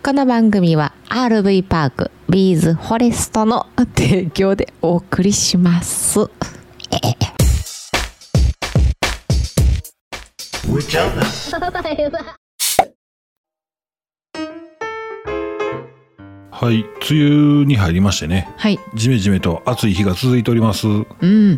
この番組は RV パークビーズフォレストの提供でお送りします。 はい、梅雨に入りましてね、 はい、 ジメジメと暑い日が続いております。 うん、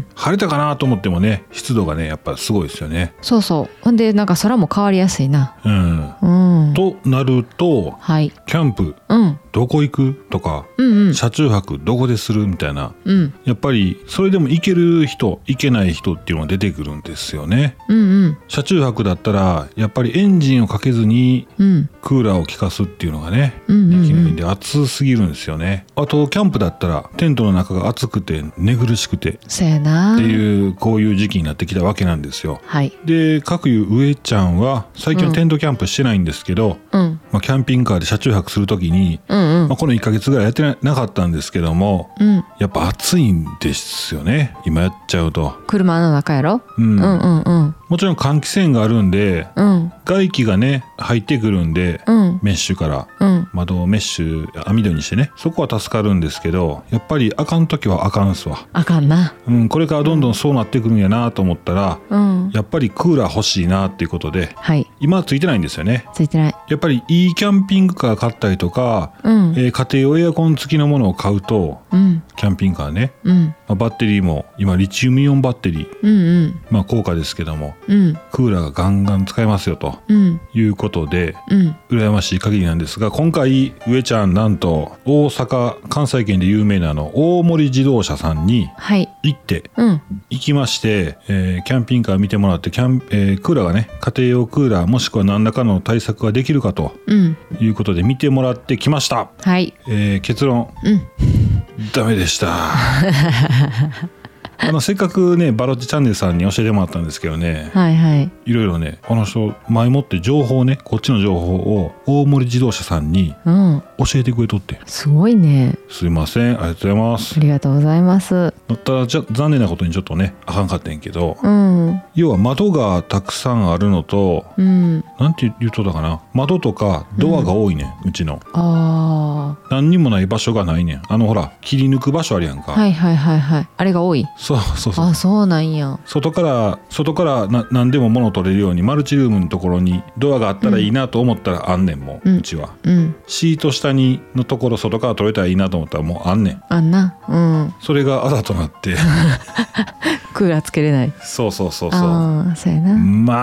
晴れたかなと思ってもね、湿度がねやっぱすごいですよね。 そうそう。ほんでなんか空も変わりやすいな。 となると、 はい、 キャンプ、どこ行くとか、車中泊どこでするみたいな、やっぱりそれでも行ける人行けない人っていうのが出てくるんですよね。車中泊だったらやっぱりエンジンをかけずにクーラーを効かすっていうのがね、できないんで暑すぎるんですよね。あとキャンプだったらテントの中が暑くて寝苦しくてそうやなっていうこういう時期になってきたわけなんですよ。 はい、 で各有上ちゃんは最近はテントキャンプしてないんですけど、キャンピングカーで車中泊するときに、この1ヶ月ぐらいやってなかったんですけども、やっぱ暑いんですよね今やっちゃうと。 車の中やろ。 もちろん換気扇があるんで、外気がね入ってくるんで、メッシュから、窓をメッシュ網戸にしてね、そこは助かるんですけど、やっぱりあかん時はあかんすわ。 あかんな。 これからどんどんそうなってくるんやなと思ったら、やっぱりクーラー欲しいなっていうことで、今はついてないんですよね。 ついてない。 やっぱりいいキャンピングカー買ったりとか、家庭用エアコン付きのものを買うと、キャンピングカーね、バッテリーも今リチウムイオンバッテリー、高価ですけども、クーラーがガンガン使えますよと、いうことで、羨ましい限りなんですが、今回上ちゃんなんと大阪関西圏で有名な大森自動車さんに行って、行きまして、キャンピングカー見てもらって、クーラーがね家庭用クーラーもしくは何らかの対策ができるかと、いうことで見てもらってきました。結論、ダメでした。せっかくねバロッチチャンネルさんに教えてもらったんですけどね、いろいろねこの人前もって情報ね、こっちの情報を大森自動車さんに教えてくれとって、 すごいね。 すいません、ありがとうございます。 ありがとうございます。 ただ残念なことにちょっとねあかんかったんやけど、要は窓がたくさんあるのと、なんて言うとだかな、窓とかドアが多いね、うちの。何にもない場所がないねん。ほら切り抜く場所あるやんか。 あれが多い。 そう。 あ、そうなんや。 外から何でも物取れるようにマルチルームのところにドアがあったらいいなと思ったらあんねん。もう、うちは、シート下にのところ外から取れたらいいなと思ったらもうあんねん。 あんな。 それがあだとなってクーラーつけれない。 そうそうやな。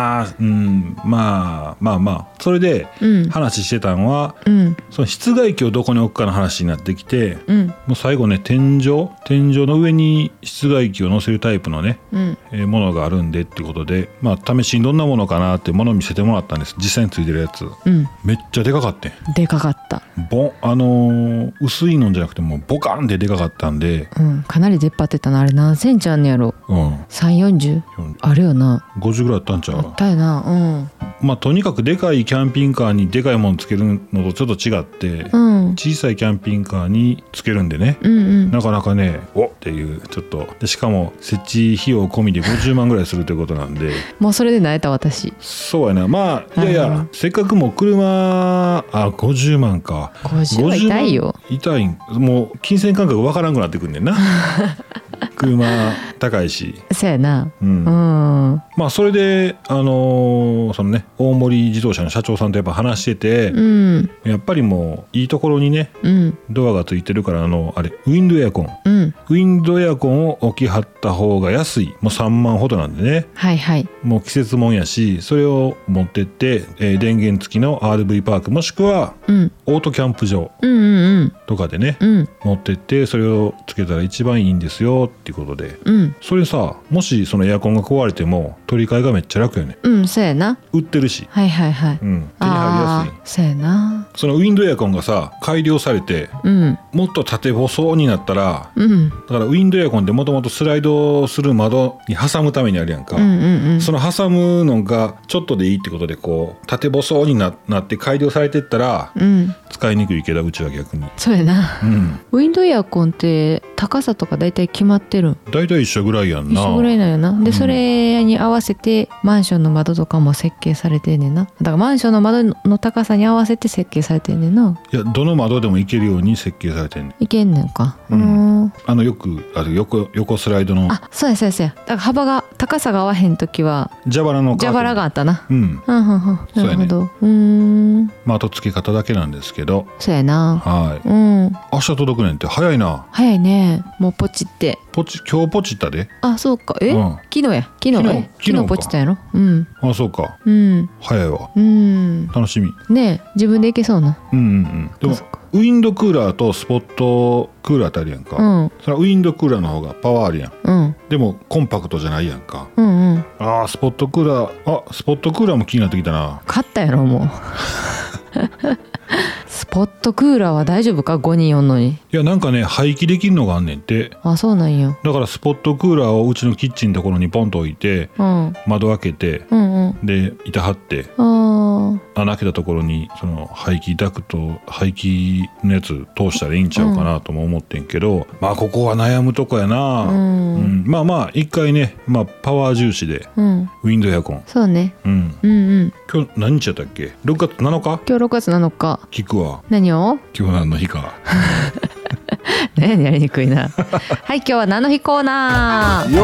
まあそれで話してたのは、その室外機をどこに置くかの話になってきて、もう最後ね天井の上に室外機を載せるタイプのね、ものがあるんでっていうことで、試しにどんなものかなってものを見せてもらったんです。実際についてるやつ、めっちゃでかかってん。 でかかった。 薄いのじゃなくてもうボカンってでかかったんで、 かなり出っ張ってたな。あれ何センチあんねやろ。340あるよな。 50ぐらいあったんちゃう。 あったよな。 とにかくでかいキャンピングカーにでかいものつけるのとちょっと違って、小さいキャンピングカーにつけるんでね、なかなかねおっていうちょっとで、しかも設置費用込みで50万ぐらいするということなんでもうそれで慣れた私。 そうやな。いやせっかくもう車50万か。 50は痛いよ。 痛い。もう金銭感覚わからんくなってくんねんな車高いし。 そうやな。 それでそのね大森自動車の社長さんとやっぱ話してて、やっぱりもういいところにね、ドアがついてるからあれウィンドエアコンを置きはった方が安い。もう3万ほどなんでね、もう季節もんやし、それを持ってって、電源付きの RV パークもしくは、オートキャンプ場とかでね、持ってってそれをつけたら一番いいんですよっていうことで、それさ、もしそのエアコンが壊れても取り替えがめっちゃ楽やね。 そうやな。 売ってるし、手に入りやすい。 そうやな。 そのウィンドエアコンがさ改良されて、もっと縦細になったら、だからウィンドエアコンってもともとスライドする窓に挟むためにあるやんか。その挟むのがちょっとでいいってことでこう縦細になって改良されてったら、使いにくいけどうちは逆に。 そうやな。ウィンドエアコンって高さとかだいたい決まってるん？ だいたい一緒ぐらいやんな。 一緒ぐらいなんやな。でそれに合わせてマンションの窓とかも設計されてんねんな。だからマンションの窓の高さに合わせて設計されてんねんな。 いやどの窓でも行けるように設計されてんねん。 いけんねんか。 よくある横スライドの。 あ、そうやそうやそうや。だから高さが合わへん時は蛇腹があったな。 なるほど。 まあ後付け方だけなんですけど。 そうやな。 はい。明日届くねんって早いな。 早いね。もうポチって。 今日ポチったで。 あ、そうか。昨日ポチったやろ。 あ、そうか。早いわ。楽しみ。 ね、自分で行けそうな。 でもウィンドクーラーとスポットクーラーってあるやんか。それはウィンドクーラーの方がパワーあるやん。でもコンパクトじゃないやんか。スポットクーラーも気になってきたな。 買ったやろもう。スポットクーラーは大丈夫か？5人おんのに。 いやなんかね廃棄できるのがあんねんって。 あ、そうなんや。 だからスポットクーラーをうちのキッチンのところにポンと置いて、窓開けて、で板張って穴開けたところにその排気ダクト排気のやつ通したらいいんちゃうかなとも思ってんけど、まあここは悩むとこやな。まあ一回ね、パワー重視で、ウィンドエアコン。 そうね。 今日何日やったっけ？6月7日？ 今日6月7日。 聞くわ。 何を？ 今日何の日か。 ね、やりにくいな。はい、今日は何の日コーナー。 よっ。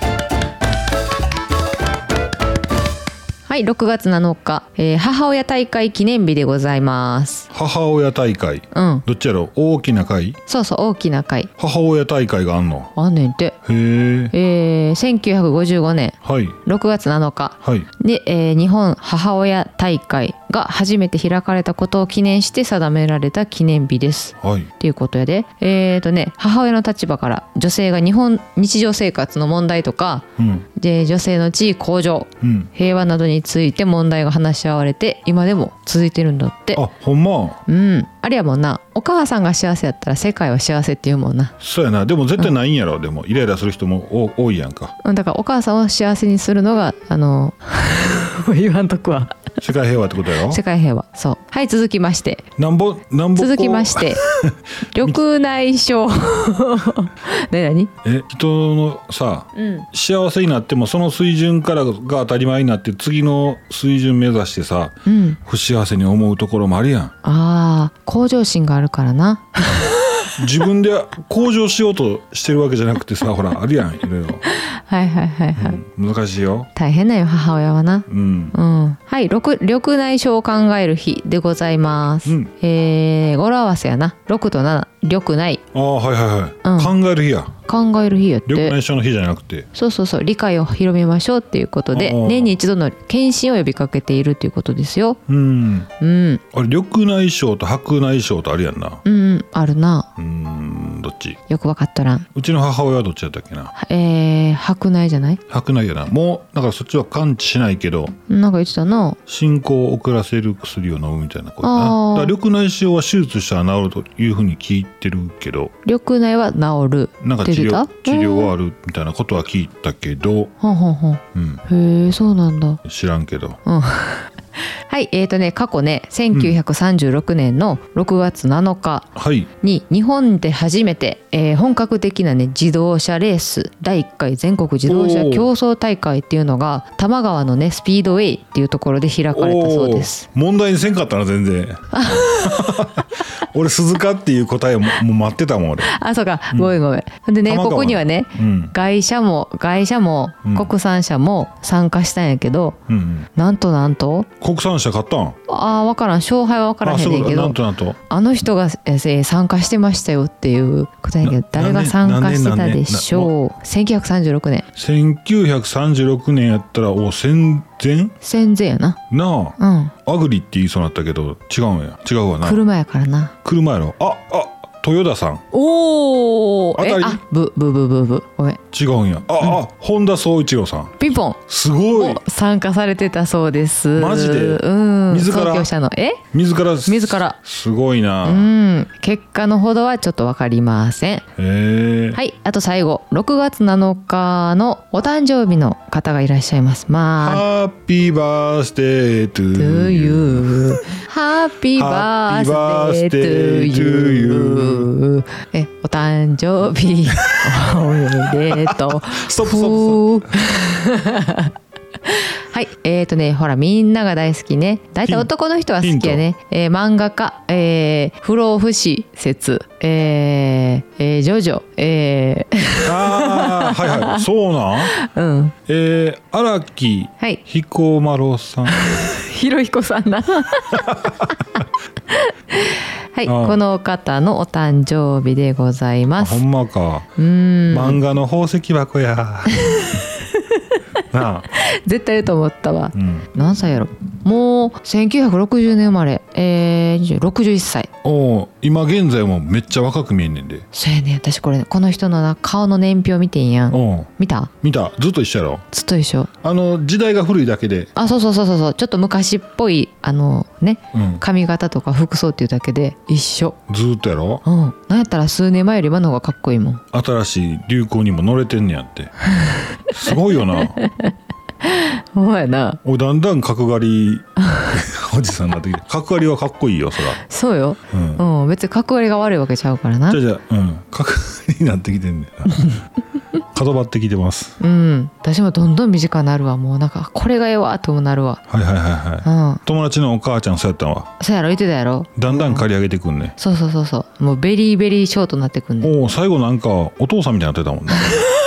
はい、6月7日、母親大会記念日でございます。 母親大会。どっちやろ？大きな会？ そうそう、大きな会。 母親大会があんの？ あんねんて。 へえ。 1955年、6月7日、で、日本母親大会が初めて開かれたことを記念して定められた記念日です。っていうことやで。母親の立場から女性が日常生活の問題とか、で女性の地位向上、平和などについて問題が話し合われて今でも続いてるんだって。 あ、ほんま。 あれやもんな、お母さんが幸せやったら世界は幸せって言うもんな。 そうやな。でも絶対ないんやろ。でもイライラする人も多いやんか。 だからお母さんを幸せにするのが言わんとくわ。 世界平和ってことやろ。 世界平和。そう。はい、続きまして続きまして緑内障何人のさ、幸せになってもその水準からが当たり前になって次の水準目指してさ、不幸せに思うところもあるやん。 向上心があるからな。 自分で向上しようとしてるわけじゃなくてさ、ほらあるやん、いろいろ。難しいよ。 大変だよ母親はな。はい、緑内障を考える日でございます。語呂合わせやな。6と7、緑内。 考える日や。 考える日やって。 緑内障の日じゃなくて。 そう理解を広めましょうっていうことで年に一度の検診を呼びかけているということですよ。 あれ緑内障と白内障とあるやんな。 あるな。 どっち？ よく分かっとらん。 うちの母親はどっちだったっけな。 白内じゃない？ 白内やな。もうだからそっちは完治しないけど、 なんか言ってたな。 進行を遅らせる薬を飲むみたいなことな。だから緑内障は手術したら治るというふうに聞いてるけど、 緑内は治る。 なんか治療はあるみたいなことは聞いたけど、 へえ、そうなんだ。 知らんけど。 はい、過去ね、1936年の6月7日に日本で初めて、本格的なね自動車レース第1回全国自動車競争大会っていうのが多摩川のねスピードウェイっていうところで開かれたそうです。 問題にせんかったな全然。俺鈴鹿っていう答えをもう待ってたもん俺。 そうか、ごめん。でね、ここにはね、外車も国産車も参加したんやけど、なんと国産車買ったん？ 分からん、勝敗は分からへんねんけど、 なんとあの人が参加してましたよっていうことやけど、誰が参加してたでしょう。1936年。 1936年やったら戦前やな。 アグリって言いそうになったけど違うわな。 車やからな。 車やろ。豊田さん。 おお。ブごめん。 違うんや。本田宗一郎さん。 ピンポン。 すごい。 参加されてたそうです。 マジで。自ら。 自ら。 すごいな。 結果のほどはちょっとわかりません。はい、あと最後6月7日のお誕生日の方がいらっしゃいます。 ハッピーバースデートゥーユー。 ハッピーバースデートゥーユー。お誕生日おめでとうストップストップはい、ほらみんなが大好きね、大体男の人は好きやね、漫画家、不老不死説、ジョジョ、 ああはいはいそうなん荒木彦摩呂さん、 ひろひこさんなはい、この方のお誕生日でございます。 ほんまか。漫画の宝石箱やなあ絶対言うと思ったわ、何歳やろ、もう1960年生まれ、61歳。 お今現在もめっちゃ若く見えんねんで。 そうやね、私これこの人のな顔の年表見てんやん。見たずっと一緒やろ。 ずっと一緒。 時代が古いだけで。 そうちょっと昔っぽい髪型とか服装っていうだけで一緒。 ずっとやろ。 なんやったら数年前より今の方がかっこいいもん。 新しい流行にも乗れてんねやってすごいよなほんまやな。 だんだん角刈りおじさんになってきて、角刈りはかっこいいよそら。 そうよ、別に角刈りが悪いわけちゃうからな。 じゃ角刈りになってきてんねんな角張ってきてます。 私もどんどん短くなるわ。もうなんかこれがええわともなるわ。友達のお母ちゃんそうやったんわ。 そうやろ、言ってたやろ。 だんだん刈り上げてくんね。 そうもうベリーベリーショートになってくんね。 最後なんかお父さんみたいになってたもんね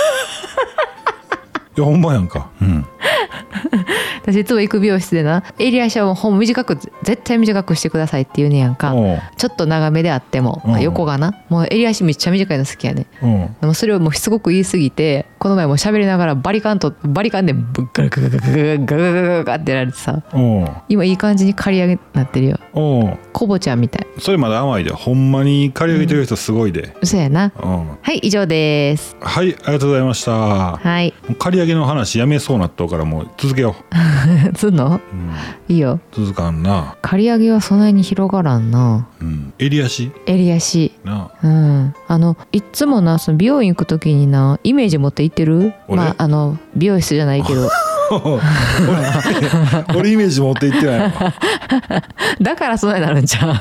いやほんまやんか。 私いつも行く美容室でな、襟足はもう短く絶対短くしてくださいって言うねやんか。ちょっと長めであっても、横がなもう襟足めっちゃ短いの好きやね。でもそれをもうしつこく言い過ぎて、この前も喋りながらバリカンでガラガラガガってやられてさ、今いい感じに刈り上げなってるよ。コボちゃんみたい。 それまだ甘いで、ほんまに刈り上げてる人すごいで。 そうやな。はい以上です。 はい、ありがとうございました。 はい。 刈り上げの話やめそうなっとうからもう続けようすんの、いいよ。 続かんな。 刈り上げはそんなに広がらんな。 襟足な。いっつもな、その美容院行く時にな、イメージ持って行ってる？美容室じゃないけど俺イメージ持って行ってないわだからそんなになるんちゃう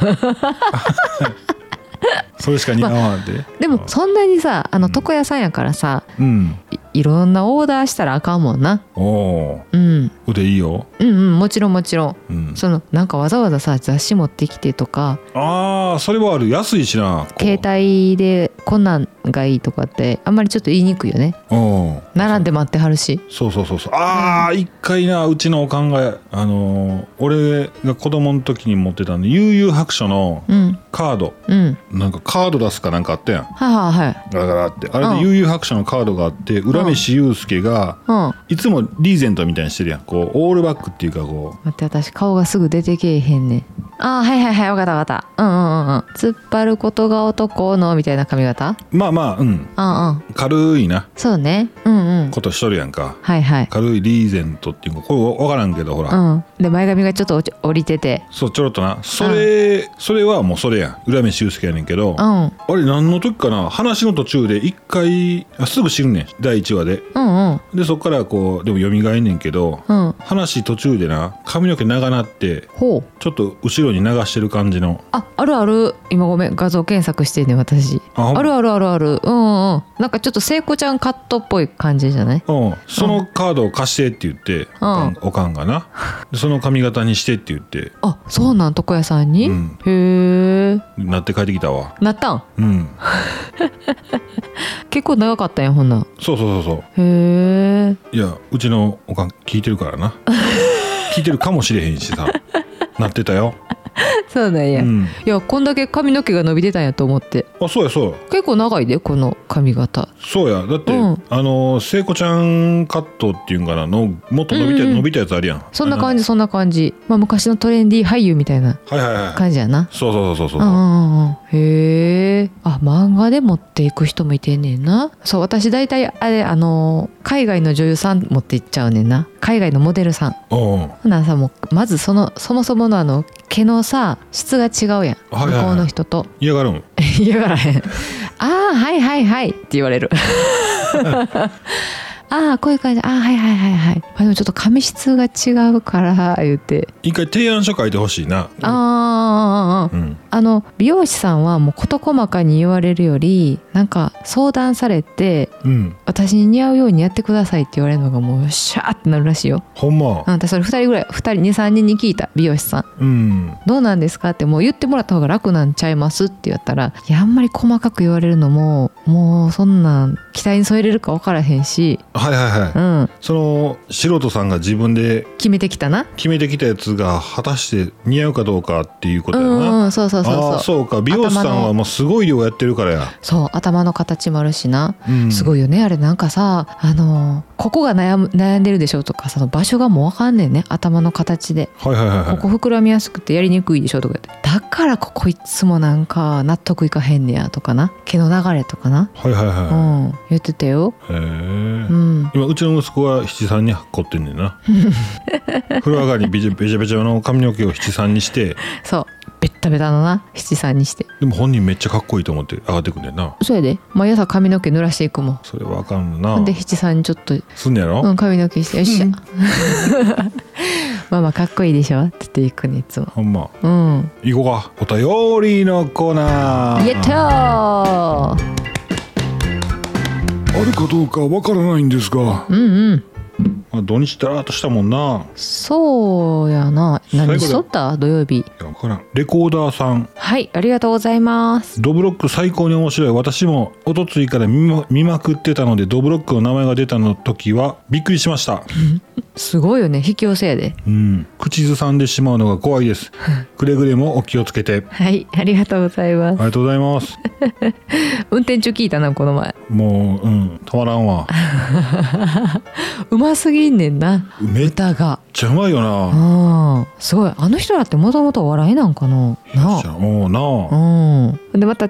それしか似合わんで、 でもそんなにさ、床屋さんやからさ、いろんなオーダーしたらあかんもんな。腕いいよ。もちろん、なんかわざわざさ雑誌持ってきてとか。 それはある。安いしな。 携帯でこんなんがいいとかってあんまりちょっと言いにくいよね。並んで待ってはるし。そう一回な、うちのおかんが俺が子供の時に持ってたんで、悠々白書のカード、なんかカード出すかなんかあったやん。ガラガラって、あれで悠々白書のカードがあって、浦飯祐介がいつもリーゼントみたいにしてるやん。こうオールバックっていうか、こう。 待って、私顔がすぐ出てけえへんねん。わかった突っ張ることが男のみたいな髪型。軽いな。そうね。 ことしとるやんか。 軽いリーゼントっていうか、これ分からんけど、ほら。 で前髪がちょっと降りてて。 ちょろっとな。それはもうそれやん。浦飯祐介やねんけど、あれ何の時かな、話の途中で一回すぐ死ぬねん、第1話で。でそっからこうでも蘇んねんけど、話途中でな、髪の毛長なってちょっと後ろに流してる感じの。 ある。今ごめん、画像検索してんねん私。ある。なんかちょっと聖子ちゃんカットっぽい感じじゃない？ そのカードを貸してって言って、おかんがな、その髪型にしてって言って。 そうなん、床屋さんに。へえ。 なって帰ってきたわ。 なったん？結構長かったんや、ほんな。 そうへえ。 いや、うちのおかん聞いてるからな聞いてるかもしれへんしさなってたよ。 そうなんや。いや、こんだけ髪の毛が伸びてたんやと思って。 そうや。 結構長いで、この髪型。 そうや。だって聖子ちゃんカットっていうんかなの、もっと伸びたやつあるやん。 そんな感じ。昔のトレンディー俳優みたいな感じやな。 そう。 へえ。漫画で持っていく人もいてんねんな。そう、私大体あれ、海外の女優さん持っていっちゃうねんな。海外のモデルさん。ほなさ、もうまずそもそもの毛のさ質が違うやん、向こうの人と。 嫌がるん？ 嫌がらへん。はいって言われるあこういう感じ、はいはいはいはい、でもちょっと髪質が違うから言って一回提案書書いてほしいな。 美容師さんはもう事細かに言われるよりなんか相談されて、私に似合うようにやってくださいって言われるのがもうシャーってなるらしいよ。 ほんま。 私それ2人ぐらい2、3人に聞いた。美容師さん、どうなんですかってもう言ってもらった方が楽なんちゃいますって言ったら、いやあんまり細かく言われるのももうそんなん期待に添えれるか分からへんし、 はいはいはい、その素人さんが自分で決めてきたやつが果たして似合うかどうかっていうことやな。 そうそうか、美容師さんはもうすごい量やってるからや。 そう、頭の形もあるしな、すごいよねあれ。なんかさここが悩んでるでしょとか、その場所がもう分かんねんね、頭の形で、ここ膨らみやすくてやりにくいでしょとか言って、だからここいつもなんか納得いかへんねやとかな、毛の流れとかな、言ってたよ。今うちの息子は七三に凝ってんねんな風呂上がりにべちゃべちゃの髪の毛を七三にして、 そうベッタベタのな七三にして、 でも本人めっちゃかっこいいと思って上がってくんねんな。 そうやで、毎朝髪の毛濡らしていくもん。 それはあかんな。 で七三にちょっとすんねやろ、 髪の毛してよっしゃママかっこいいでしょって言っていくねいつも。 ほんま。行こうか、お便りのコーナー。 やったー。 あるかどうかわからないんですが、土日だらっとしたもんな。 そうやな。何しとった土曜日。 わからん。レコーダーさん、 はい、ありがとうございます。 ドブロック最高に面白い。私もおとついから見まくってたので、ドブロックの名前が出たの時はびっくりしましたすごいよね、引き寄せやで。 口ずさんでしまうのが怖いですくれぐれもお気をつけて。 はい、ありがとうございます。 ありがとうございます運転中聞いたなこの前。 もう止まらんわうますぎんねんな、歌が。 めっちゃうまいよな。 すごい。あの人らってもともとお笑いなんかな。でまた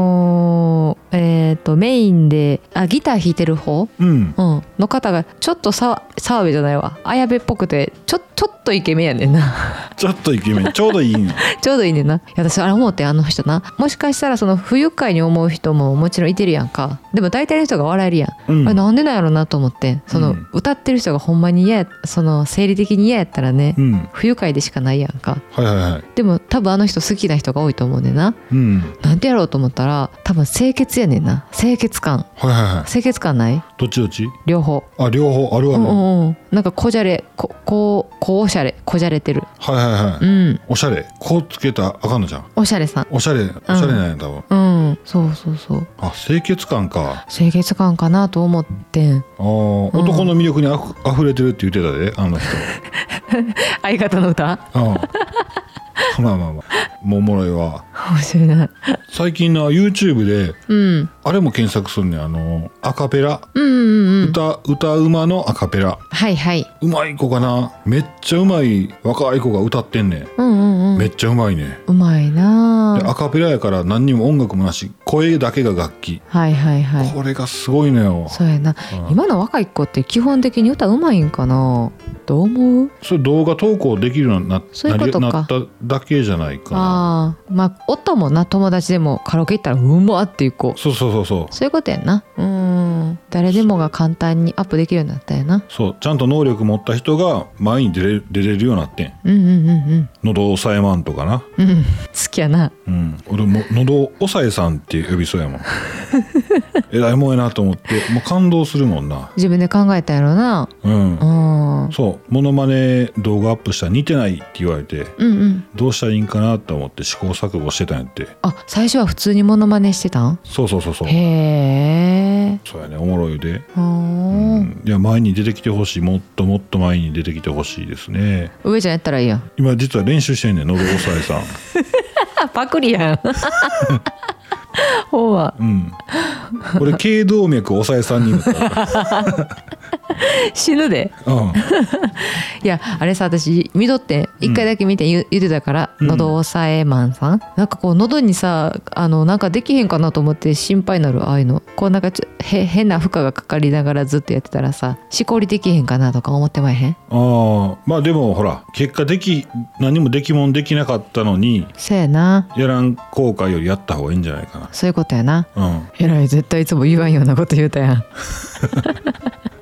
メインでギター弾いてる方、の方がちょっと澤部じゃないわ、綾部っぽくてちょっとイケメンやねんなちょっとイケメン、ちょうどいいねちょうどいいねんな。私あれ思って、あの人な、もしかしたらその不愉快に思う人ももちろんいてるやんか。でも大体の人が笑えるやん、あれなんでなんやろなと思って、その歌ってる人がほんまに嫌や、その生理的に嫌やったらね、不愉快でしかないやんか。でも多分あの人好きな人が多いと思うねんな。なんでやろうと思ったら、多分清潔やねんな。清潔感。清潔感ない？ どっち両方。 両方あるわね。 なんかこじゃれ、おしゃれ、こじゃれてる。おしゃれ、 こうつけたらあかんのじゃん。 おしゃれさん。 おしゃれなんや多分。 そう。 清潔感か。 清潔感かなと思ってん。 男の魅力にあふれてるって言ってたで、あの人相方の歌。 まあもうおもろいわ。 面白いな。 最近の YouTube で、あれも検索するね、アカペラ、歌うまのアカペラ。うまい子かな。めっちゃうまい若い子が歌ってんね。めっちゃうまいね。 うまいな。 アカペラやから何にも音楽もなし、声だけが楽器。これがすごいのよ。 そうやな。今の若い子って基本的に歌うまいんかな。どう思う？ それ動画投稿できるようになっただけじゃないかな。 音もな、友達でもカラオケ行ったらうまっていう子。そういうことやな。誰でもが簡単にアップできるようになったやな。 そう、ちゃんと能力持った人が前に出れるようになってん。喉押さえまんとかな。 好きやな。 俺も喉押さえさんって呼びそうやもんえらいもんやなと思って、もう感動するもんな。 自分で考えたやろな。 そう、モノマネ動画アップしたら似てないって言われて、どうしたらいいんかなと思って試行錯誤してたんやって。最初は普通にモノマネしてたん？そう。へえ。そうやね、おもろいで。いや、前に出てきてほしい。もっともっと前に出てきてほしいですね。上ちゃんやったらいいやん。今実は練習してんねん、喉押さえさんパクリやんほうは。俺頸動脈押さえさんになった死ぬで。いや、あれさ、私見とって一回だけ見て言ってたから、喉押さえマンさん、なんかこう喉にさ、なんかできへんかなと思って心配になる。ああいうのこうなんか変な負荷がかかりながらずっとやってたらさ、しこりできへんかなとか思ってまへん？まあでもほら、結果何もできもんできなかったのに、そうやな、やらん後悔よりやった方がいいんじゃないかな。そういうことやな。えらい、絶対いつも言わんようなこと言うたやん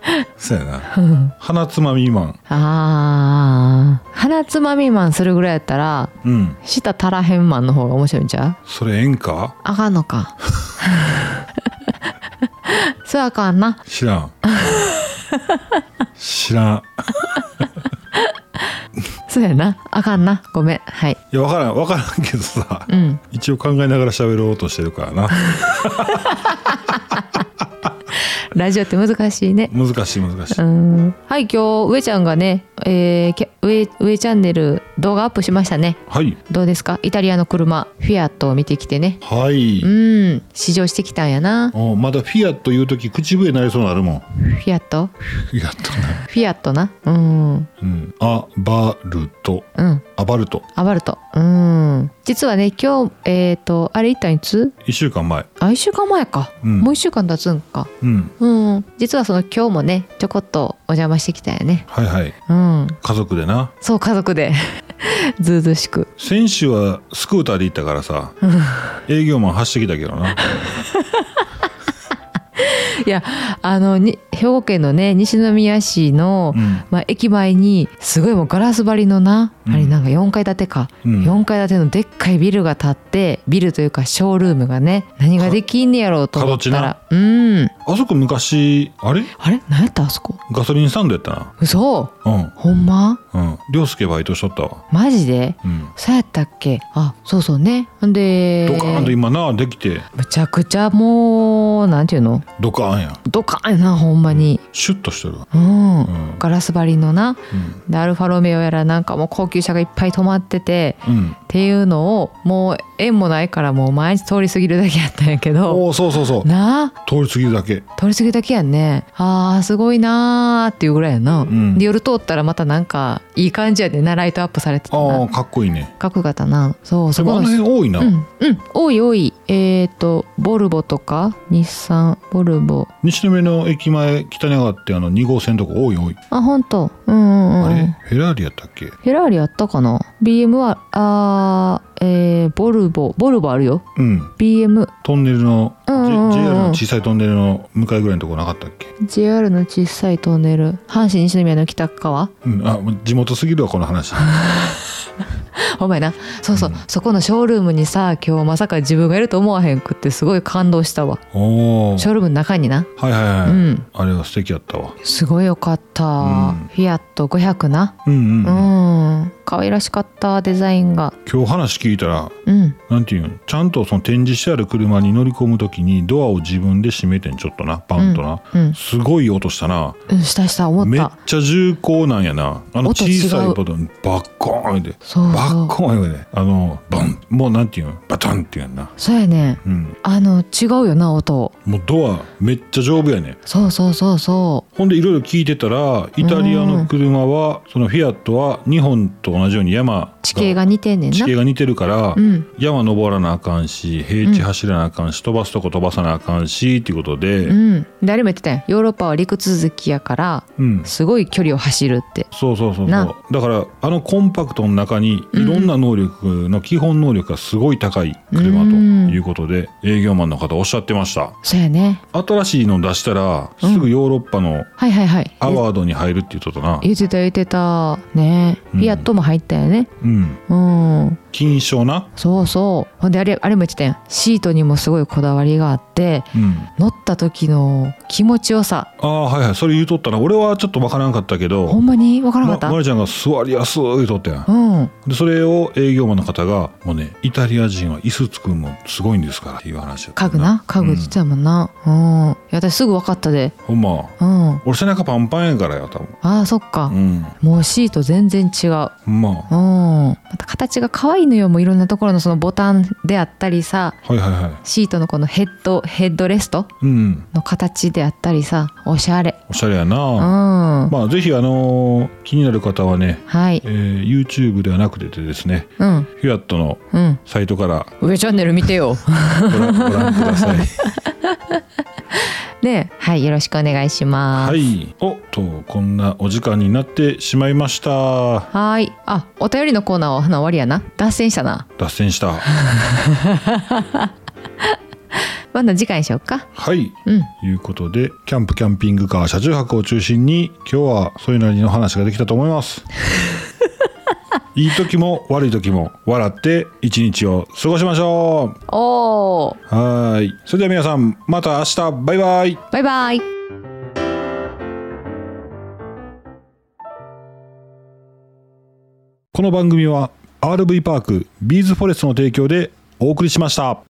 そうやな鼻つまみマン。 鼻つまみマンするぐらいやったら、舌足らへんマンの方が面白いんちゃう？ それええんか？ あかんのかそうあかんな。 知らん知らんそうやな、あかんな、ごめん。はい。 いや、分からんけどさ、一応考えながら喋ろうとしてるからなラジオって難しいね。 難しい。はい、 今日上ちゃんがね、上チャンネル動画アップしましたね。 はい。 どうですか？イタリアの車フィアットを見てきてね。 はい。 試乗してきたんやな。 まだフィアット言うとき口笛になりそうになるもん。 フィアットフィアットな。 フィアットな。 アバルト。アバルト。 実はね、今日あれ行ったんいつ ？1週間前。 1週間前か。もう1週間経つんか。実はその今日もね、ちょこっとお邪魔してきたよね。 はいはい。家族でな。 そう、家族でずうずうしく。 先週はスクーターで行ったからさ、営業マン走ってきたけどな。 いや、兵庫県のね、西宮市の、駅前にすごいもうガラス張りのな、あれなんか4階建てか、4階建てのでっかいビルが建って、ビルというかショールームがね、何ができんねやろうと思ったら、 あそこ昔あれ何やったあそこ？ ガソリンスタンドやったな。 嘘？ほんま？ 涼介バイトしとったわ。 マジで？そうやったっけ？そうそうね。んでドカーンと今なできて、 むちゃくちゃもうなんていうの？ ドカーンや。 ドカーンやな、ほんまに。 シュッとしてるわ。 ガラス張りのな、でアルファロメオやらなんかもう高級車がいっぱい止まってて、っていうのをもう縁もないからもう毎日通り過ぎるだけやったんやけど。 そうなあ、 通り過ぎるだけやんね。すごいなーっていうぐらいやな。で夜通ったらまたなんかいい感じやでな、ライトアップされてたな。 かっこいいね。 かっこよかったな。そう、 そこの辺多いな。 多い。ボルボとか日産、ボルボ。 西宮の駅前北に上がって2号線とか多い。 ほんと。 あれフェラーリやったっけ？ フェラーリやったかな。 BM はボルボあるよ。BM トンネルの、JR の小さいトンネルの向かいぐらいのとこなかったっけ？ JR の小さいトンネル、阪神西宮の北側。 地元すぎるわこの話。 ほんまやな。そうそう、そこのショールームにさ、今日まさか自分がいると思わへんくってすごい感動したわ。ショールームの中にな。 はい、あれは素敵やったわ。 すごいよかった。フィアット500な。可愛らしかった、デザインが。 今日話聞いたら、なんていうの、ちゃんとその展示してある車に乗り込むときにドアを自分で閉めてん、ちょっとな、パンとな、すごい音したな。 した思った。 めっちゃ重厚なんやな。小さいボタンバッコーンで、バッコーンで、バン、もうなんていうの、バタンっていうやんな。 そうやね。違うよな、音。 もうドアめっちゃ丈夫やね。 そう。 ほんでいろいろ聞いてたら、イタリアの車はそのフィアットは日本と同じように地形が似てんねんな。地形が似てるから、山登らなあかんし、平地走らなあかんし、飛ばすとこ飛ばさなあかんしっていうことで、 誰も言ってたんや。ヨーロッパは陸続きやから、すごい距離を走るって。 そうだからコンパクトの中にいろんな能力の基本能力がすごい高い車ということで、営業マンの方おっしゃってました。 そうやね。 新しいの出したらすぐヨーロッパのアワードに入るって言っとったな。 言ってたね。フィアットも入ったよね。 金賞な。 そう。ほんであれも言ってたやん。シートにもすごいこだわりがあって、乗った時の気持ちよさ。 それ言うとったな。俺はちょっと分からんかったけど。 ほんまに分からんかった。 まりちゃんが座りやすい言うとったやん。でそれを営業マンの方がもうね、イタリア人は椅子作るのすごいんですからっていう話。 家具って言ってたもんな。私すぐ分かったで。 ほんま。俺背中パンパンやからよ多分。 そっか。もうシート全然違う。また形が可愛いのよ。もういろんなところのそのボタンであったりさ、シートのこのヘッドレストの形であったりさ、おしゃれやな。ぜひ気になる方はね、YouTube ではなくてですね、フィアットのサイトから上チャンネル見てよ。 ご覧ください。 ね、よろしくお願いします。 こんなお時間になってしまいました。 お便りのコーナーは終わりやな。脱線した。 まだ次回にしようか。 はい、いうことでキャンピングカー車中泊を中心に今日はそれなりの話ができたと思いますいい時も悪い時も笑って一日を過ごしましょう。はい。それでは皆さんまた明日。バイバイ。 バイバイ。 この番組は RV パークビーズフォレストの提供でお送りしました。